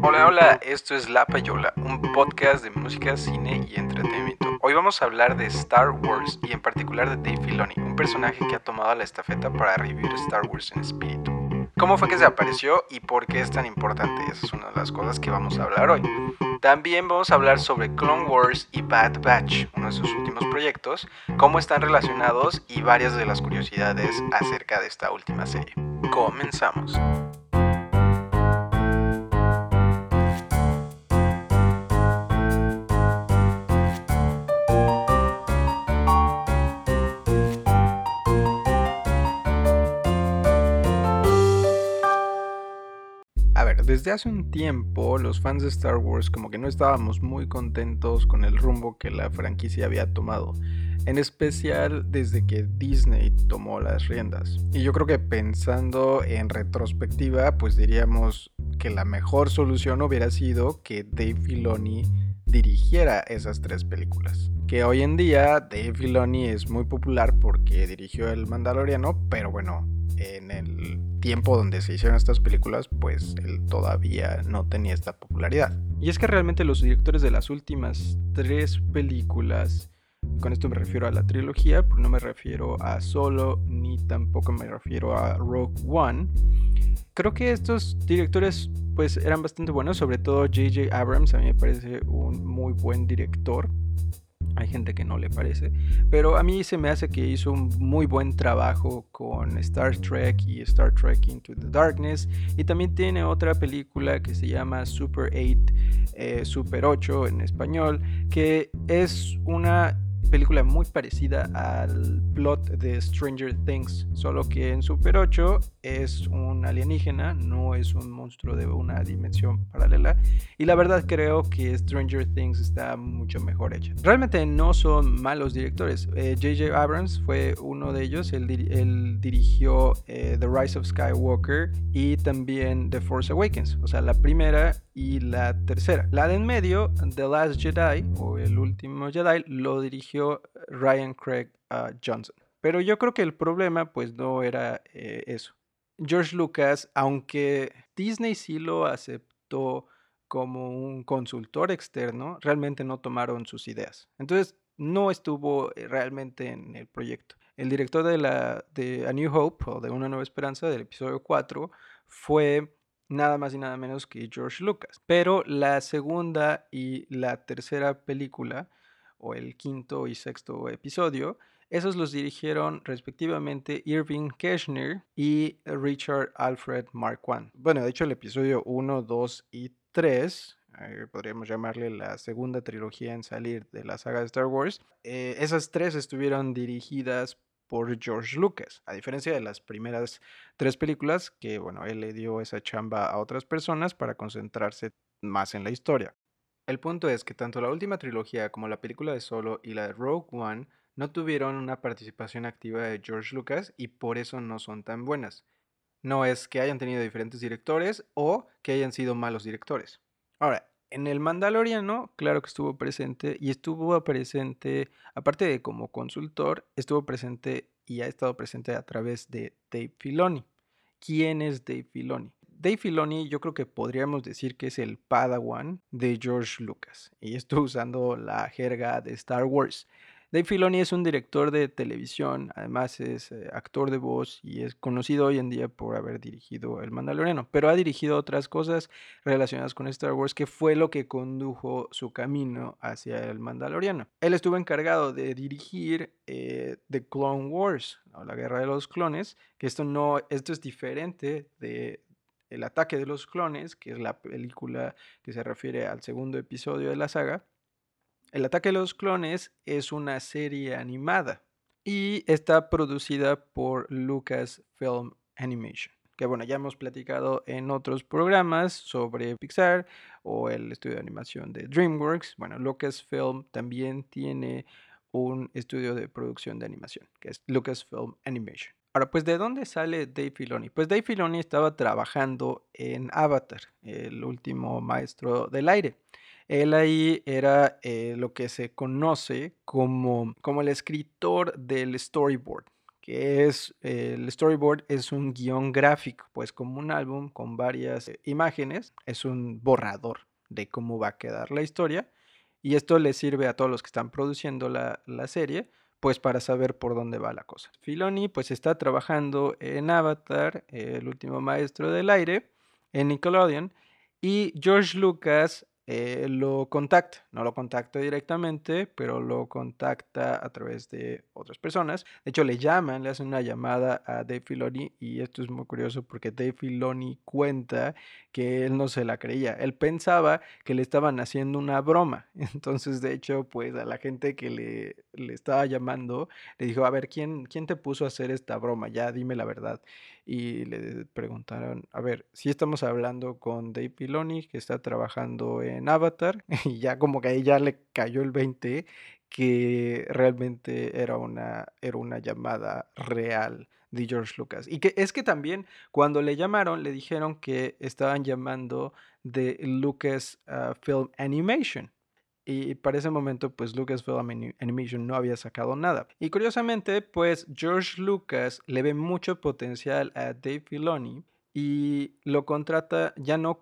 Hola, hola, esto es La Payola, un podcast de música, cine y entretenimiento. Hoy vamos a hablar de Star Wars y en particular de Dave Filoni, un personaje que ha tomado la estafeta para revivir Star Wars en espíritu. ¿Cómo fue que se apareció y por qué es tan importante? Esa es una de las cosas que vamos a hablar hoy. También vamos a hablar sobre Clone Wars y Bad Batch, uno de sus últimos proyectos, cómo están relacionados y varias de las curiosidades acerca de esta última serie. Comenzamos. A ver, desde hace un tiempo los fans de Star Wars como que no estábamos muy contentos con el rumbo que la franquicia había tomado, en especial desde que Disney tomó las riendas. Y yo creo que pensando en retrospectiva, pues diríamos que la mejor solución hubiera sido que Dave Filoni dirigiera esas tres películas. Que hoy en día Dave Filoni es muy popular porque dirigió El Mandaloriano, pero bueno, en el tiempo donde se hicieron estas películas, pues él todavía no tenía esta popularidad. Y es que realmente los directores de las últimas tres películas, con esto me refiero a la trilogía, pero no me refiero a Solo, ni tampoco me refiero a Rogue One, creo que estos directores pues eran bastante buenos, sobre todo J.J. Abrams, a mí me parece un muy buen director. Hay gente que no le parece, pero a mí se me hace que hizo un muy buen trabajo con Star Trek y Star Trek Into the Darkness, y también tiene otra película que se llama Super 8, Super 8 en español, que es una película muy parecida al plot de Stranger Things, solo que en Super 8 es un alienígena, no es un monstruo de una dimensión paralela, y la verdad creo que Stranger Things está mucho mejor hecha. Realmente no son malos directores. J.J. Abrams fue uno de ellos. Él dirigió The Rise of Skywalker y también The Force Awakens. O sea, la primera y la tercera. La de en medio, The Last Jedi o El Último Jedi, lo dirigió Ryan Craig Johnson. Pero yo creo que el problema pues no era eso. George Lucas, aunque Disney sí lo aceptó como un consultor externo, realmente no tomaron sus ideas. Entonces, no estuvo realmente en el proyecto. El director de A New Hope, o de Una Nueva Esperanza, del episodio 4, fue nada más y nada menos que George Lucas. Pero la segunda y la tercera película, o el quinto y sexto episodio, esos los dirigieron respectivamente Irving Kershner y Richard Alfred Marquand. Bueno, de hecho el episodio 1, 2 y 3, podríamos llamarle la segunda trilogía en salir de la saga de Star Wars, esas tres estuvieron dirigidas por George Lucas, a diferencia de las primeras tres películas, que bueno, él le dio esa chamba a otras personas para concentrarse más en la historia. El punto es que tanto la última trilogía como la película de Solo y la de Rogue One no tuvieron una participación activa de George Lucas y por eso no son tan buenas. No es que hayan tenido diferentes directores o que hayan sido malos directores. Ahora, en el Mandaloriano, claro que estuvo presente y estuvo presente, aparte de como consultor, estuvo presente y ha estado presente a través de Dave Filoni. ¿Quién es Dave Filoni? Dave Filoni yo creo que podríamos decir que es el Padawan de George Lucas. Y estoy usando la jerga de Star Wars. Dave Filoni es un director de televisión, además es actor de voz y es conocido hoy en día por haber dirigido El Mandaloriano, pero ha dirigido otras cosas relacionadas con Star Wars que fue lo que condujo su camino hacia El Mandaloriano. Él estuvo encargado de dirigir The Clone Wars, o la Guerra de los Clones, que esto es diferente de El Ataque de los Clones, que es la película que se refiere al segundo episodio de la saga. El Ataque de los Clones es una serie animada y está producida por Lucasfilm Animation. Que bueno, ya hemos platicado en otros programas sobre Pixar o el estudio de animación de DreamWorks. Bueno, Lucasfilm también tiene un estudio de producción de animación, que es Lucasfilm Animation. Ahora, pues, ¿de dónde sale Dave Filoni? Pues Dave Filoni estaba trabajando en Avatar, el último maestro del aire. Él ahí era lo que se conoce como el escritor del storyboard, que es el storyboard es un guión gráfico, pues como un álbum con varias imágenes, es un borrador de cómo va a quedar la historia y esto le sirve a todos los que están produciendo la serie, pues para saber por dónde va la cosa. Filoni pues está trabajando en Avatar, el último maestro del aire, en Nickelodeon, y George Lucas lo contacta, no lo contacta directamente, pero lo contacta a través de otras personas. De hecho, le llaman, le hacen una llamada a Dave Filoni y esto es muy curioso porque Dave Filoni cuenta que él no se la creía. Él pensaba que le estaban haciendo una broma. Entonces, de hecho, pues a la gente que le estaba llamando, le dijo, a ver, ¿quién te puso a hacer esta broma? Ya dime la verdad. Y le preguntaron, a ver, si estamos hablando con Dave Filoni, que está trabajando en Avatar, y ya como que ahí ya le cayó el 20 que realmente era una llamada real de George Lucas. Y que es que también cuando le llamaron, le dijeron que estaban llamando de Lucas Film Animation. Y para ese momento, pues Lucasfilm Animation no había sacado nada. Y curiosamente, pues George Lucas le ve mucho potencial a Dave Filoni y lo contrata ya no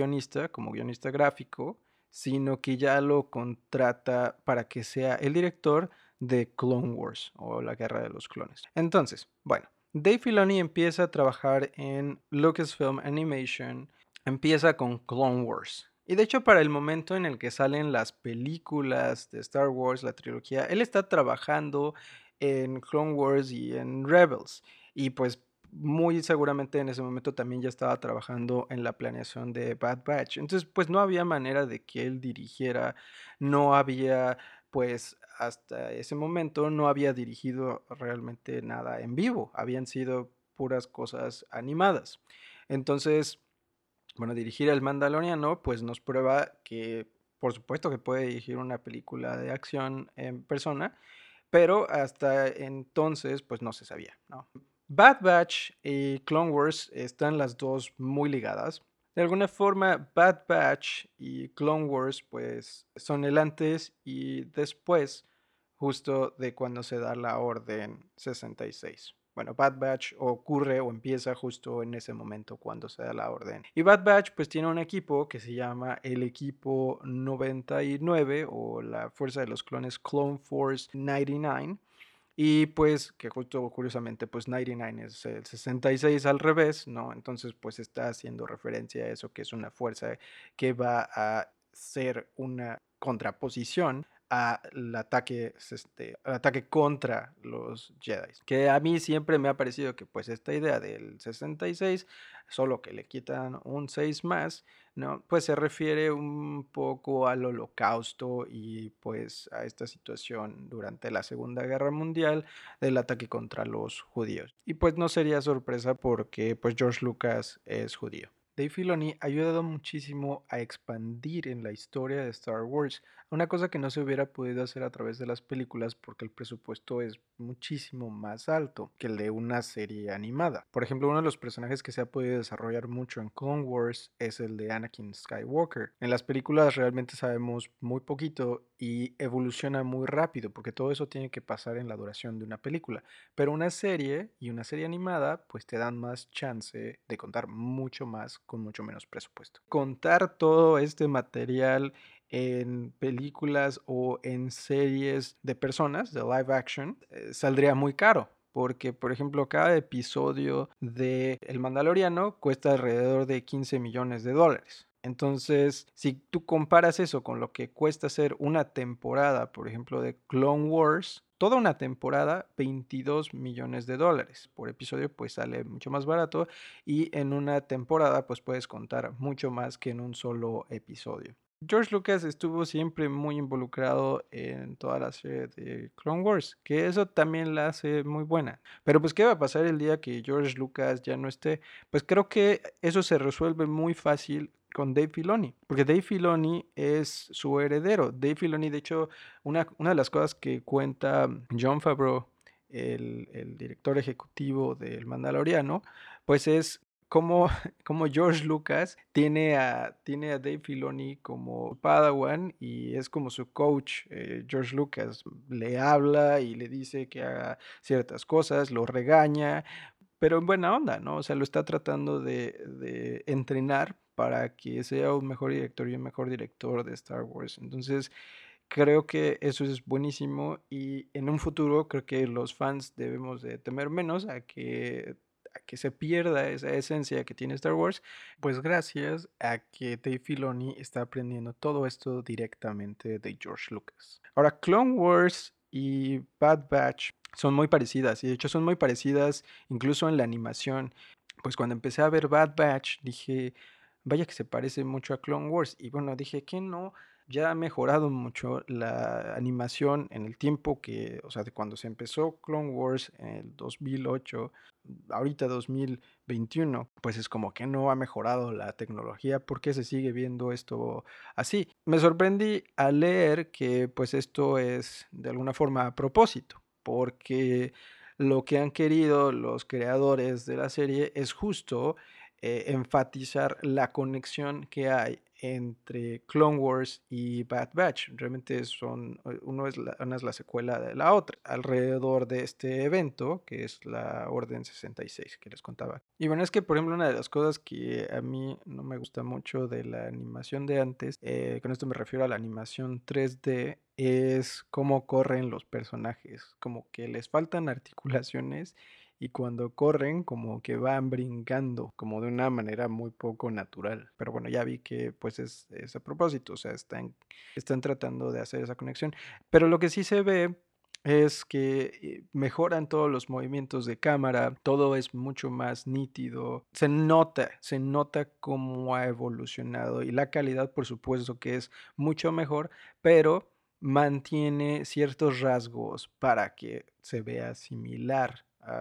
como guionista gráfico, sino que ya lo contrata para que sea el director de Clone Wars o la Guerra de los Clones. Entonces, bueno, Dave Filoni empieza a trabajar en Lucasfilm Animation, empieza con Clone Wars. Y de hecho, para el momento en el que salen las películas de Star Wars, la trilogía, él está trabajando en Clone Wars y en Rebels. Y pues muy seguramente en ese momento también ya estaba trabajando en la planeación de Bad Batch. Entonces, pues no había manera de que él dirigiera, no había, pues hasta ese momento no había dirigido realmente nada en vivo, habían sido puras cosas animadas. Entonces, bueno, dirigir El Mandaloriano, pues nos prueba que, por supuesto, que puede dirigir una película de acción en persona, pero hasta entonces, pues no se sabía, ¿no? Bad Batch y Clone Wars están las dos muy ligadas. De alguna forma, Bad Batch y Clone Wars, pues son el antes y después, justo de cuando se da la Orden 66. Bueno, Bad Batch ocurre o empieza justo en ese momento cuando se da la orden. Y Bad Batch pues tiene un equipo que se llama el equipo 99 o la fuerza de los clones Clone Force 99. Y pues que justo curiosamente pues 99 es el 66 al revés, ¿no? Entonces pues está haciendo referencia a eso que es una fuerza que va a ser una contraposición al ataque contra los Jedi. Que a mí siempre me ha parecido que pues esta idea del 66, solo que le quitan un 6 más, ¿no? Pues se refiere un poco al holocausto y pues a esta situación durante la Segunda Guerra Mundial del ataque contra los judíos. Y pues no sería sorpresa porque pues George Lucas es judío. Dave Filoni ha ayudado muchísimo a expandir en la historia de Star Wars, una cosa que no se hubiera podido hacer a través de las películas porque el presupuesto es muchísimo más alto que el de una serie animada. Por ejemplo, uno de los personajes que se ha podido desarrollar mucho en Clone Wars es el de Anakin Skywalker. En las películas realmente sabemos muy poquito y evoluciona muy rápido porque todo eso tiene que pasar en la duración de una película. Pero una serie y una serie animada pues te dan más chance de contar mucho más con mucho menos presupuesto. Contar todo este material en películas o en series de personas, de live action, saldría muy caro. Porque, por ejemplo, cada episodio de El Mandaloriano cuesta alrededor de 15 millones de dólares. Entonces, si tú comparas eso con lo que cuesta hacer una temporada, por ejemplo, de Clone Wars, toda una temporada, 22 millones de dólares. Por episodio, pues sale mucho más barato y en una temporada, pues puedes contar mucho más que en un solo episodio. George Lucas estuvo siempre muy involucrado en toda la serie de Clone Wars, que eso también la hace muy buena. Pero pues, ¿qué va a pasar el día que George Lucas ya no esté? Pues creo que eso se resuelve muy fácil con Dave Filoni, porque Dave Filoni es su heredero. Dave Filoni, de hecho, una de las cosas que cuenta Jon Favreau, el director ejecutivo del Mandaloriano, pues es cómo, cómo George Lucas tiene a Dave Filoni como Padawan y es como su coach. George Lucas le habla y le dice que haga ciertas cosas, lo regaña, pero en buena onda, ¿no? O sea, lo está tratando de entrenar para que sea un mejor director y un mejor director de Star Wars. Entonces, creo que eso es buenísimo y en un futuro creo que los fans debemos de temer menos a que se pierda esa esencia que tiene Star Wars, pues gracias a que Dave Filoni está aprendiendo todo esto directamente de George Lucas. Ahora, Clone Wars y Bad Batch son muy parecidas y de hecho son muy parecidas incluso en la animación. Pues cuando empecé a ver Bad Batch dije, vaya que se parece mucho a Clone Wars y bueno, dije que no, ya ha mejorado mucho la animación en el tiempo que, o sea, de cuando se empezó Clone Wars en el 2008, ahorita 2021, pues es como que no ha mejorado la tecnología, ¿por qué se sigue viendo esto así? Me sorprendí al leer que pues esto es de alguna forma a propósito, porque lo que han querido los creadores de la serie es justo enfatizar la conexión que hay entre Clone Wars y Bad Batch. Realmente una es la secuela de la otra, alrededor de este evento, que es la Orden 66 que les contaba. Y bueno, es que, por ejemplo, una de las cosas que a mí no me gusta mucho de la animación de antes, con esto me refiero a la animación 3D, es cómo corren los personajes, como que les faltan articulaciones y cuando corren como que van brincando como de una manera muy poco natural. Pero bueno, ya vi que pues es a propósito, o sea, están tratando de hacer esa conexión. Pero lo que sí se ve es que mejoran todos los movimientos de cámara, todo es mucho más nítido, se nota cómo ha evolucionado y la calidad por supuesto que es mucho mejor, pero mantiene ciertos rasgos para que se vea similar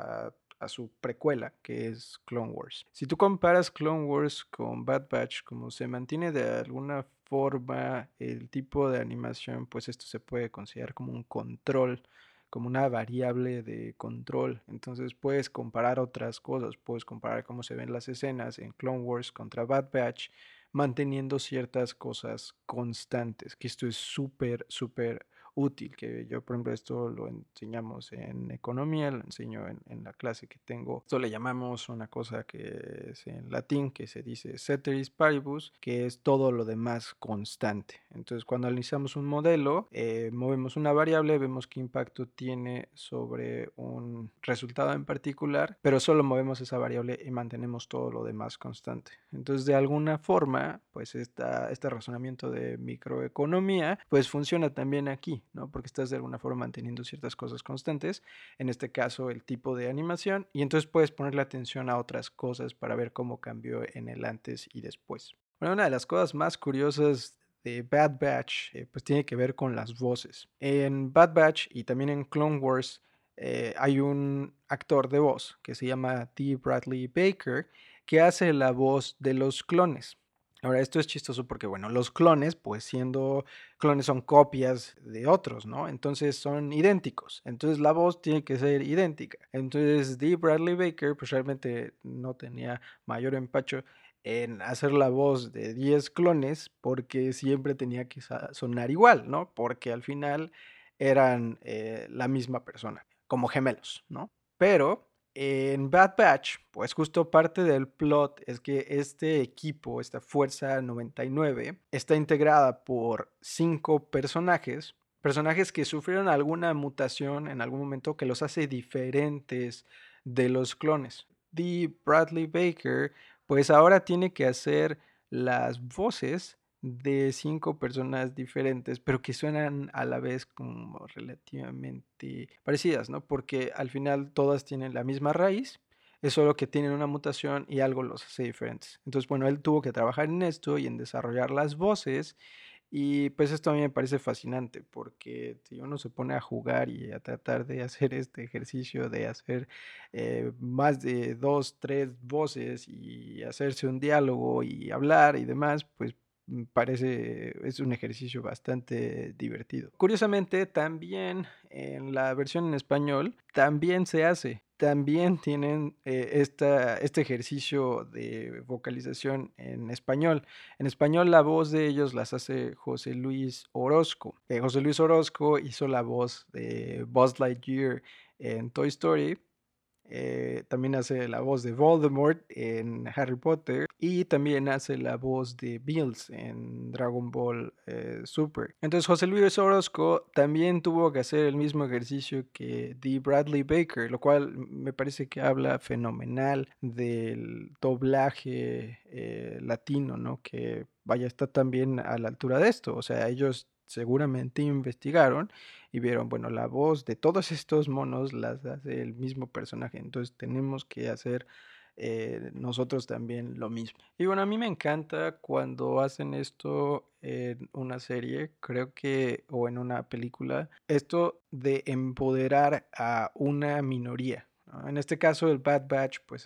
a su precuela, que es Clone Wars. Si tú comparas Clone Wars con Bad Batch, como se mantiene de alguna forma el tipo de animación, pues esto se puede considerar como un control, como una variable de control. Entonces puedes comparar otras cosas, puedes comparar cómo se ven las escenas en Clone Wars contra Bad Batch, manteniendo ciertas cosas constantes, que esto es súper, súper útil, que yo por ejemplo esto lo enseñamos en economía, lo enseño en la clase que tengo, esto le llamamos una cosa que es en latín que se dice ceteris paribus, que es todo lo demás constante. Entonces cuando analizamos un modelo, movemos una variable, vemos qué impacto tiene sobre un resultado en particular, pero solo movemos esa variable y mantenemos todo lo demás constante. Entonces de alguna forma, pues este razonamiento de microeconomía, pues funciona también aquí, ¿no? Porque estás de alguna forma manteniendo ciertas cosas constantes, en este caso el tipo de animación, y entonces puedes ponerle atención a otras cosas para ver cómo cambió en el antes y después. Bueno, una de las cosas más curiosas de Bad Batch, pues tiene que ver con las voces. En Bad Batch y también en Clone Wars hay un actor de voz que se llama T. Bradley Baker que hace la voz de los clones. Ahora, esto es chistoso porque, bueno, los clones, pues siendo clones son copias de otros, ¿no? Entonces son idénticos. Entonces la voz tiene que ser idéntica. Entonces D. Bradley Baker, pues realmente no tenía mayor empacho en hacer la voz de 10 clones porque siempre tenía que sonar igual, ¿no? Porque al final eran la misma persona, como gemelos, ¿no? Pero en Bad Batch, pues justo parte del plot es que este equipo, esta Fuerza 99, está integrada por 5 personajes, personajes que sufrieron alguna mutación en algún momento que los hace diferentes de los clones. D. Bradley Baker, pues ahora tiene que hacer las voces de 5 personas diferentes, pero que suenan a la vez como relativamente parecidas, ¿no? Porque al final todas tienen la misma raíz, es solo que tienen una mutación y algo los hace diferentes. Entonces, bueno, él tuvo que trabajar en esto y en desarrollar las voces y pues esto a mí me parece fascinante porque si uno se pone a jugar y a tratar de hacer este ejercicio de hacer más de 2, 3 voces y hacerse un diálogo y hablar y demás, pues es un ejercicio bastante divertido. Curiosamente, también en la versión en español, también se hace. también tienen este ejercicio de vocalización en español. En español la voz de ellos las hace José Luis Orozco. José Luis Orozco hizo la voz de Buzz Lightyear en Toy Story. También hace la voz de Voldemort en Harry Potter y también hace la voz de Bills en Dragon Ball Super. Entonces José Luis Orozco también tuvo que hacer el mismo ejercicio que Dee Bradley Baker, lo cual me parece que habla fenomenal del doblaje latino, ¿no? Que vaya, está también a la altura de esto. O sea, ellos seguramente investigaron y vieron, bueno, la voz de todos estos monos las hace el mismo personaje, entonces tenemos que hacer nosotros también lo mismo. Y bueno, a mí me encanta cuando hacen esto en una serie, creo que, o en una película, esto de empoderar a una minoría, ¿no? En este caso, el Bad Batch, pues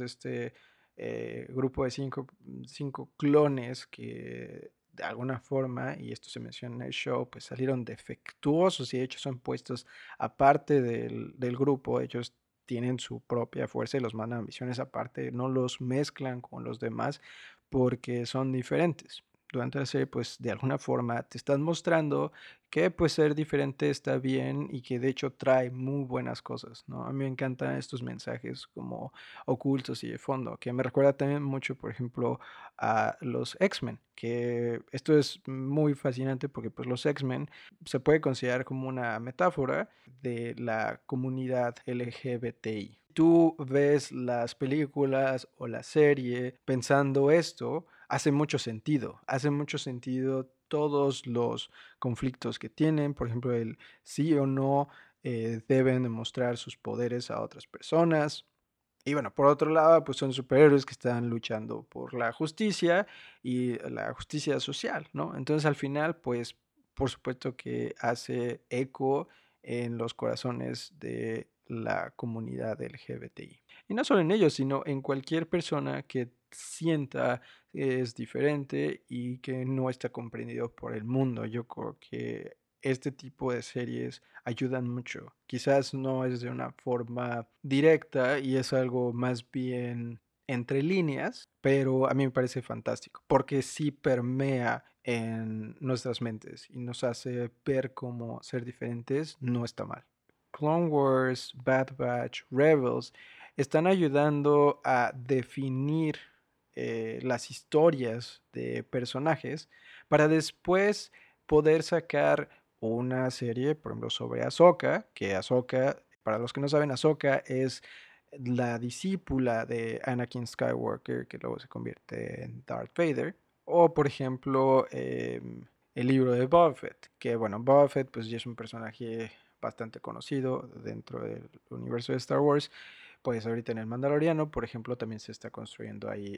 grupo de cinco clones que de alguna forma, y esto se menciona en el show, pues salieron defectuosos y de hecho son puestos aparte del grupo. Ellos tienen su propia fuerza y los mandan a misiones aparte, no los mezclan con los demás porque son diferentes. Durante la serie, pues de alguna forma te están mostrando que pues ser diferente está bien y que de hecho trae muy buenas cosas, ¿no? A mí me encantan estos mensajes como ocultos y de fondo, que me recuerda también mucho, por ejemplo, a los X-Men, que esto es muy fascinante porque pues los X-Men se puede considerar como una metáfora de la comunidad LGBTI. Tú ves las películas o la serie pensando esto, hace mucho sentido todos los conflictos que tienen, por ejemplo, el sí o no deben demostrar sus poderes a otras personas. Y bueno, por otro lado, pues son superhéroes que están luchando por la justicia y la justicia social, ¿no? Entonces al final, pues por supuesto que hace eco en los corazones de la comunidad LGBTI. Y no solo en ellos, sino en cualquier persona que sienta que es diferente y que no está comprendido por el mundo. Yo creo que este tipo de series ayudan mucho. Quizás no es de una forma directa y es algo más bien entre líneas, pero a mí me parece fantástico porque sí permea en nuestras mentes y nos hace ver cómo ser diferentes no está mal. Clone Wars, Bad Batch, Rebels están ayudando a definir las historias de personajes para después poder sacar una serie, por ejemplo, sobre Ahsoka, que Ahsoka, para los que no saben, Ahsoka es la discípula de Anakin Skywalker, que luego se convierte en Darth Vader. O, por ejemplo, el libro de Boba Fett, que bueno, Boba Fett pues ya es un personaje bastante conocido dentro del universo de Star Wars. Pues ahorita en el Mandaloriano, por ejemplo, también se está construyendo ahí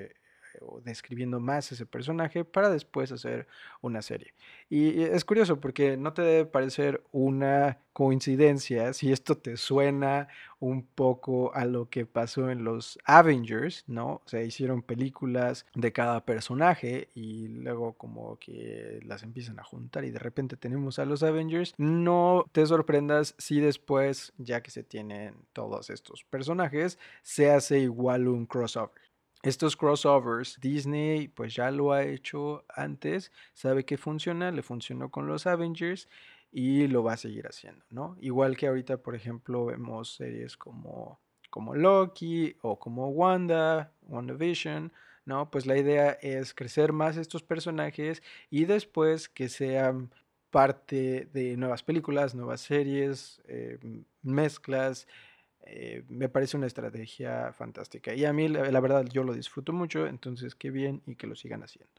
o describiendo más ese personaje para después hacer una serie. Y es curioso porque no te debe parecer una coincidencia si esto te suena un poco a lo que pasó en los Avengers, ¿no? O sea, hicieron películas de cada personaje y luego como que las empiezan a juntar y de repente tenemos a los Avengers. No te sorprendas si después, ya que se tienen todos estos personajes, se hace igual un crossover. Estos crossovers, Disney pues ya lo ha hecho antes, sabe que funciona, le funcionó con los Avengers y lo va a seguir haciendo, ¿no? Igual que ahorita, por ejemplo, vemos series como Loki o como WandaVision, ¿no? Pues la idea es crecer más estos personajes y después que sean parte de nuevas películas, nuevas series, mezclas. Me parece una estrategia fantástica y a mí la verdad yo lo disfruto mucho, entonces qué bien y que lo sigan haciendo.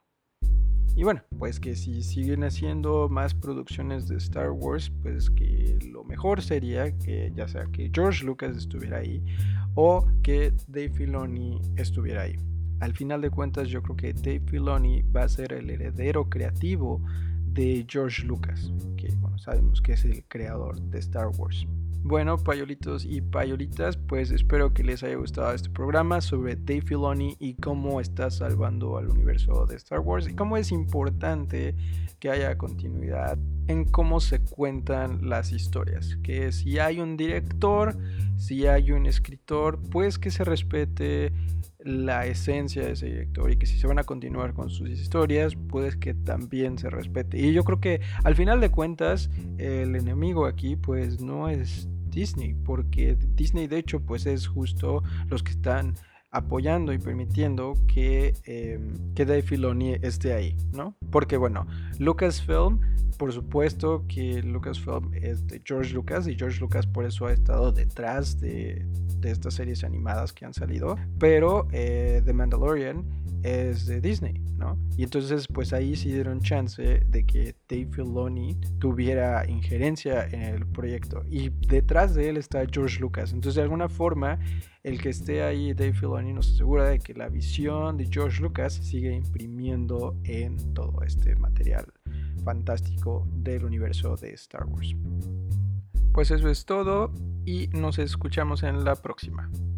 Y bueno, pues que si siguen haciendo más producciones de Star Wars, pues que lo mejor sería que ya sea que George Lucas estuviera ahí o que Dave Filoni estuviera ahí. Al final de cuentas yo creo que Dave Filoni va a ser el heredero creativo de George Lucas, que bueno, sabemos que es el creador de Star Wars. Bueno, payolitos y payolitas, pues espero que les haya gustado este programa sobre Dave Filoni y cómo está salvando al universo de Star Wars y cómo es importante que haya continuidad en cómo se cuentan las historias. Que si hay un director, si hay un escritor, pues que se respete la esencia de ese director y que si se van a continuar con sus historias, pues que también se respete. Y yo creo que al final de cuentas el enemigo aquí pues no es Disney, porque Disney de hecho pues es justo los que están apoyando y permitiendo que Dave Filoni esté ahí, ¿no? Porque bueno, Lucasfilm, por supuesto que Lucasfilm es de George Lucas y George Lucas por eso ha estado detrás de estas series animadas que han salido, pero The Mandalorian es de Disney, ¿no? Y entonces pues ahí sí dieron chance de que Dave Filoni tuviera injerencia en el proyecto y detrás de él está George Lucas. Entonces de alguna forma el que esté ahí Dave Filoni nos asegura de que la visión de George Lucas sigue imprimiendo en todo este material fantástico del universo de Star Wars. Pues eso es todo y nos escuchamos en la próxima.